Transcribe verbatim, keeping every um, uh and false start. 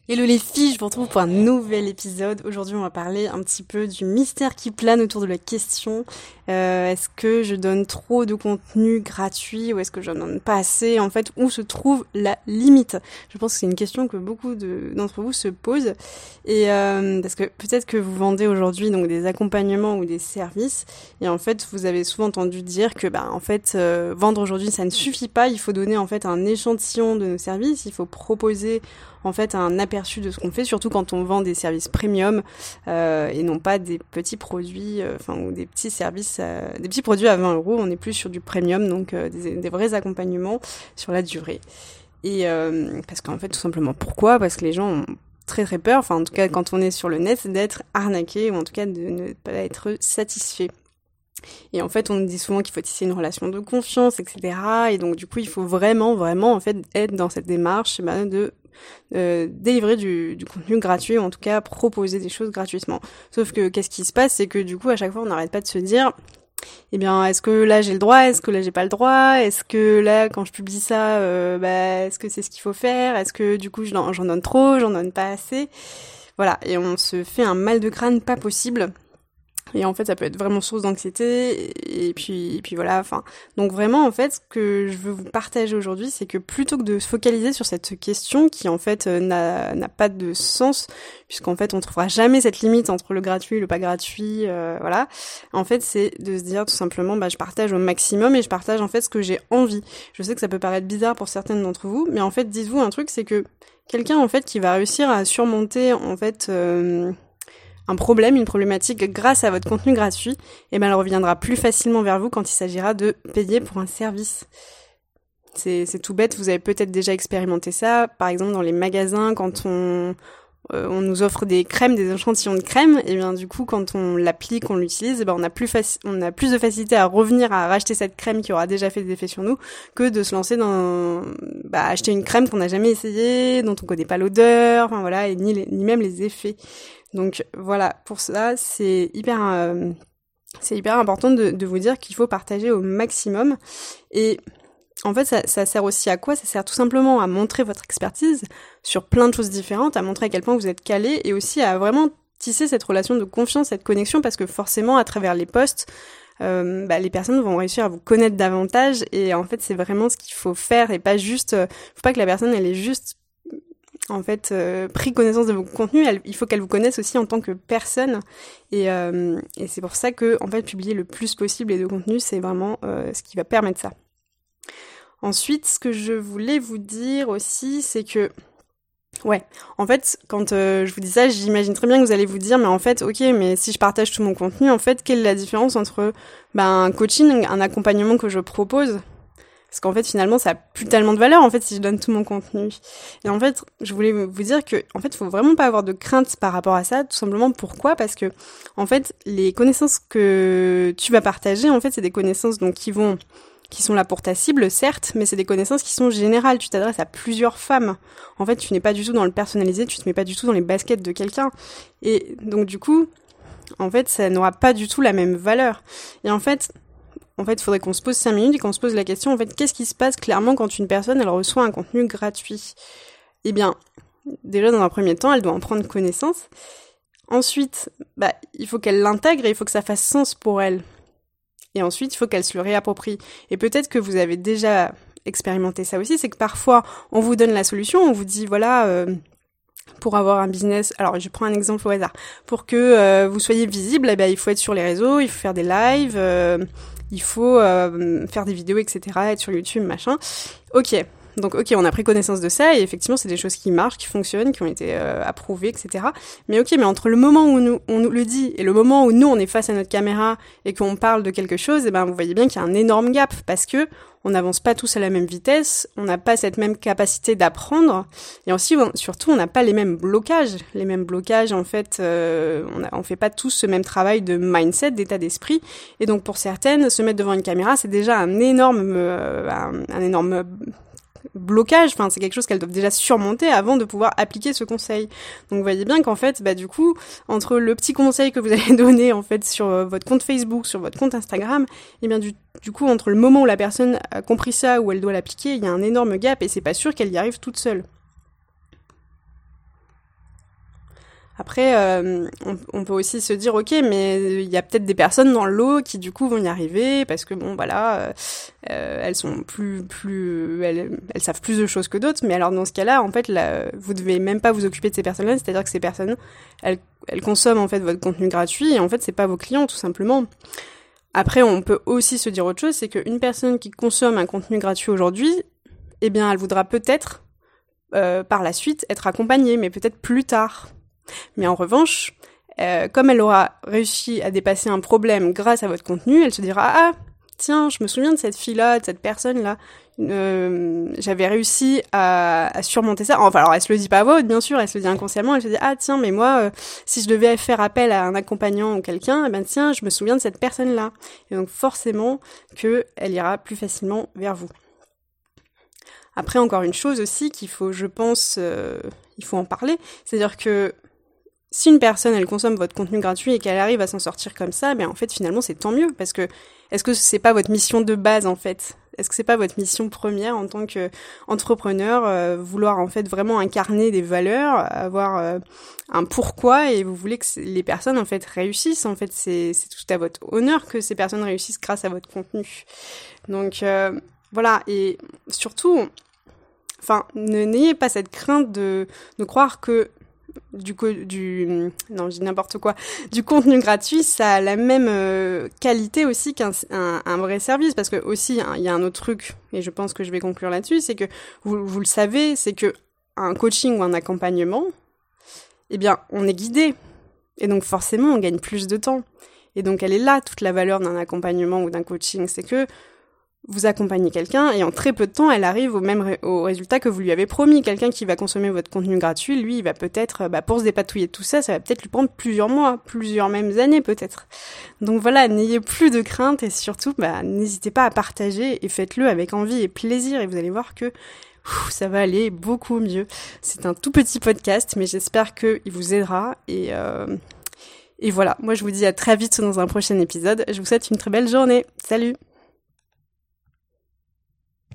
Hello les filles, je vous retrouve pour un nouvel épisode. Aujourd'hui, on va parler un petit peu du mystère qui plane autour de la question euh, est-ce que je donne trop de contenu gratuit ou est-ce que je n'en donne pas assez? En fait, où se trouve la limite? Je pense que c'est une question que beaucoup de, d'entre vous se posent. Et euh, parce que peut-être que vous vendez aujourd'hui donc des accompagnements ou des services, et en fait, vous avez souvent entendu dire que bah en fait euh, vendre aujourd'hui ça ne suffit pas. Il faut donner en fait un échantillon de nos services. Il faut proposer en fait un aperçu de ce qu'on fait, surtout quand on vend des services premium euh, et non pas des petits produits, euh, enfin ou des petits services, euh, des petits produits à vingt euros. On est plus sur du premium, donc euh, des, des vrais accompagnements sur la durée. Et euh, parce qu'en fait, tout simplement, pourquoi ? Parce que les gens ont très très peur, enfin en tout cas quand on est sur le net, d'être arnaqué ou en tout cas de ne pas être satisfait. Et en fait, on nous dit souvent qu'il faut tisser une relation de confiance, et cetera. Et donc, du coup, il faut vraiment, vraiment, en fait, être dans cette démarche bah, de euh, délivrer du, du contenu gratuit, ou en tout cas, proposer des choses gratuitement. Sauf que, qu'est-ce qui se passe, c'est que, du coup, à chaque fois, on n'arrête pas de se dire, eh bien, est-ce que là, j'ai le droit? Est-ce que là, j'ai pas le droit? Est-ce que là, quand je publie ça, euh, bah, est-ce que c'est ce qu'il faut faire? Est-ce que, du coup, j'en, j'en donne trop? J'en donne pas assez? Voilà. Et on se fait un mal de crâne pas possible. Et en fait, ça peut être vraiment source d'anxiété. Et puis, et puis voilà. Enfin, donc vraiment, en fait, ce que je veux vous partager aujourd'hui, c'est que plutôt que de se focaliser sur cette question qui en fait euh, n'a, n'a pas de sens, puisqu'en fait, on trouvera jamais cette limite entre le gratuit et le pas gratuit. Euh, voilà. En fait, c'est de se dire tout simplement, bah, je partage au maximum et je partage en fait ce que j'ai envie. Je sais que ça peut paraître bizarre pour certaines d'entre vous, mais en fait, dites-vous un truc, c'est que quelqu'un en fait qui va réussir à surmonter en fait euh, un problème, une problématique grâce à votre contenu gratuit, et ben elle reviendra plus facilement vers vous quand il s'agira de payer pour un service. C'est, c'est tout bête, vous avez peut-être déjà expérimenté ça, par exemple dans les magasins quand on euh, on nous offre des crèmes, des échantillons de crèmes, et bien du coup quand on l'applique, on l'utilise, et ben on a plus faci- on a plus de facilité à revenir à racheter cette crème qui aura déjà fait des effets sur nous que de se lancer dans bah acheter une crème qu'on n'a jamais essayée, dont on connaît pas l'odeur, enfin voilà, et ni les, ni même les effets. Donc voilà, pour ça, c'est hyper, euh, c'est hyper important de, de vous dire qu'il faut partager au maximum. Et en fait, ça, ça sert aussi à quoi ? Ça sert tout simplement à montrer votre expertise sur plein de choses différentes, à montrer à quel point vous êtes calé et aussi à vraiment tisser cette relation de confiance, cette connexion, parce que forcément, à travers les posts, euh, bah, les personnes vont réussir à vous connaître davantage. Et en fait, c'est vraiment ce qu'il faut faire et pas juste... Euh, faut pas que la personne, elle est juste... en fait, euh, pris connaissance de vos contenus, elle, il faut qu'elle vous connaisse aussi en tant que personne. Et, euh, et c'est pour ça que, en fait, publier le plus possible les deux contenus, c'est vraiment euh, ce qui va permettre ça. Ensuite, ce que je voulais vous dire aussi, c'est que, ouais, en fait, quand euh, je vous dis ça, j'imagine très bien que vous allez vous dire, mais en fait, ok, mais si je partage tout mon contenu, en fait, quelle est la différence entre ben, un coaching, un accompagnement que je propose ? Parce qu'en fait, finalement, ça a plus tellement de valeur, en fait, si je donne tout mon contenu. Et en fait, je voulais vous dire que, en fait, faut vraiment pas avoir de crainte par rapport à ça, tout simplement. Pourquoi ? Parce que, en fait, les connaissances que tu vas partager, en fait, c'est des connaissances, donc, qui vont, qui sont là pour ta cible, certes, mais c'est des connaissances qui sont générales. Tu t'adresses à plusieurs femmes. En fait, tu n'es pas du tout dans le personnalisé, tu te mets pas du tout dans les baskets de quelqu'un. Et donc, du coup, en fait, ça n'aura pas du tout la même valeur. Et en fait, En fait, il faudrait qu'on se pose cinq minutes et qu'on se pose la question, en fait, qu'est-ce qui se passe clairement quand une personne, elle reçoit un contenu gratuit ? Eh bien, déjà, dans un premier temps, elle doit en prendre connaissance. Ensuite, bah, il faut qu'elle l'intègre et il faut que ça fasse sens pour elle. Et ensuite, il faut qu'elle se le réapproprie. Et peut-être que vous avez déjà expérimenté ça aussi, c'est que parfois, on vous donne la solution, on vous dit, voilà... Euh, pour avoir un business, alors je prends un exemple au hasard, pour que euh, vous soyez visible, eh ben, il faut être sur les réseaux, il faut faire des lives, euh, il faut euh, faire des vidéos, et cetera, être sur YouTube, machin. Ok, donc ok, on a pris connaissance de ça, et effectivement, c'est des choses qui marchent, qui fonctionnent, qui ont été euh, approuvées, et cetera. Mais ok, mais entre le moment où nous, on nous le dit et le moment où nous, on est face à notre caméra et qu'on parle de quelque chose, eh ben, vous voyez bien qu'il y a un énorme gap, parce que on n'avance pas tous à la même vitesse, on n'a pas cette même capacité d'apprendre, et aussi, surtout, on n'a pas les mêmes blocages. Les mêmes blocages, en fait, euh, on, a, on fait pas tous ce même travail de mindset, d'état d'esprit, et donc pour certaines, se mettre devant une caméra, c'est déjà un énorme, euh, un, un énorme blocage, enfin c'est quelque chose qu'elles doivent déjà surmonter avant de pouvoir appliquer ce conseil. Donc vous voyez bien qu'en fait, bah du coup, entre le petit conseil que vous allez donner en fait sur euh, votre compte Facebook, sur votre compte Instagram, et bien du, du coup entre le moment où la personne a compris ça, où elle doit l'appliquer, il y a un énorme gap et c'est pas sûr qu'elle y arrive toute seule. Après, euh, on, on peut aussi se dire, ok, mais il y a peut-être des personnes dans le lot qui du coup vont y arriver parce que bon, voilà, euh, elles sont plus, plus, elles, elles savent plus de choses que d'autres. Mais alors dans ce cas-là, en fait, là, vous devez même pas vous occuper de ces personnes-là. C'est-à-dire que ces personnes, elles, elles consomment en fait votre contenu gratuit et en fait, c'est pas vos clients tout simplement. Après, on peut aussi se dire autre chose, c'est qu'une personne qui consomme un contenu gratuit aujourd'hui, eh bien, elle voudra peut-être euh, par la suite être accompagnée, mais peut-être plus tard. Mais en revanche, euh, comme elle aura réussi à dépasser un problème grâce à votre contenu, elle se dira « Ah, tiens, je me souviens de cette fille-là, de cette personne-là, euh, j'avais réussi à, à surmonter ça. » Enfin, alors elle se le dit pas à voix haute, bien sûr, elle se le dit inconsciemment, elle se dit « Ah, tiens, mais moi, euh, si je devais faire appel à un accompagnant ou quelqu'un, eh ben tiens, je me souviens de cette personne-là. » Et donc forcément qu'elle ira plus facilement vers vous. Après, encore une chose aussi qu'il faut, je pense, euh, il faut en parler, c'est-à-dire que si une personne, elle consomme votre contenu gratuit et qu'elle arrive à s'en sortir comme ça, ben en fait, finalement, c'est tant mieux, parce que est-ce que c'est pas votre mission de base, en fait ? Est-ce que c'est pas votre mission première en tant qu'entrepreneur, euh, vouloir en fait vraiment incarner des valeurs, avoir euh, un pourquoi, et vous voulez que les personnes en fait réussissent, en fait, c'est, c'est tout à votre honneur que ces personnes réussissent grâce à votre contenu. Donc euh, voilà, et surtout, enfin, ne, n'ayez pas cette crainte de, de croire que du co- du non je dis n'importe quoi du contenu gratuit ça a la même euh, qualité aussi qu'un un, un vrai service, parce que aussi il hein, y a un autre truc, et je pense que je vais conclure là-dessus, c'est que vous, vous le savez, c'est que un coaching ou un accompagnement, eh bien on est guidé, et donc forcément on gagne plus de temps, et donc elle est là toute la valeur d'un accompagnement ou d'un coaching, c'est que vous accompagnez quelqu'un et en très peu de temps, elle arrive au même ré- au résultat que vous lui avez promis. Quelqu'un qui va consommer votre contenu gratuit, lui, il va peut-être, bah, pour se dépatouiller de tout ça, ça va peut-être lui prendre plusieurs mois, plusieurs mêmes années peut-être. Donc voilà, n'ayez plus de crainte et surtout, bah, n'hésitez pas à partager et faites-le avec envie et plaisir, et vous allez voir que ouf, ça va aller beaucoup mieux. C'est un tout petit podcast, mais j'espère qu'il vous aidera, et euh, et voilà. Moi, je vous dis à très vite dans un prochain épisode. Je vous souhaite une très belle journée. Salut!